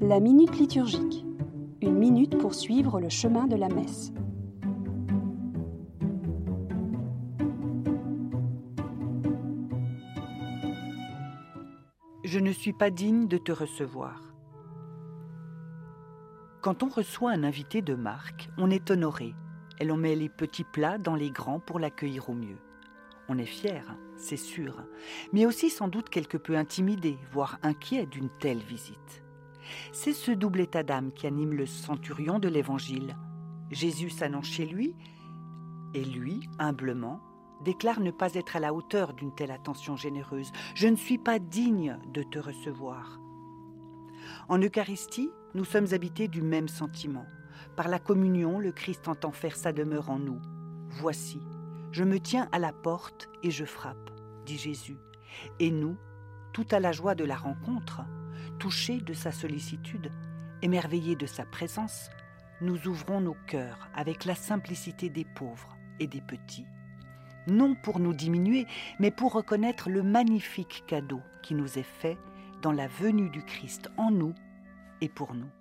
La minute liturgique. Une minute pour suivre le chemin de la messe. Je ne suis pas digne de te recevoir. Quand on reçoit un invité de marque, on est honoré. Et l'on met les petits plats dans les grands pour l'accueillir au mieux. On est fier, c'est sûr, mais aussi sans doute quelque peu intimidé, voire inquiet d'une telle visite. C'est ce double état d'âme qui anime le centurion de l'Évangile. Jésus s'annonce chez lui, et lui, humblement, déclare ne pas être à la hauteur d'une telle attention généreuse. « Je ne suis pas digne de te recevoir ». En Eucharistie, nous sommes habités du même sentiment. Par la communion, le Christ entend faire sa demeure en nous. « Voici, je me tiens à la porte et je frappe », dit Jésus. Et nous, tout à la joie de la rencontre, touchés de sa sollicitude, émerveillés de sa présence, nous ouvrons nos cœurs avec la simplicité des pauvres et des petits. Non pour nous diminuer, mais pour reconnaître le magnifique cadeau qui nous est fait dans la venue du Christ en nous et pour nous.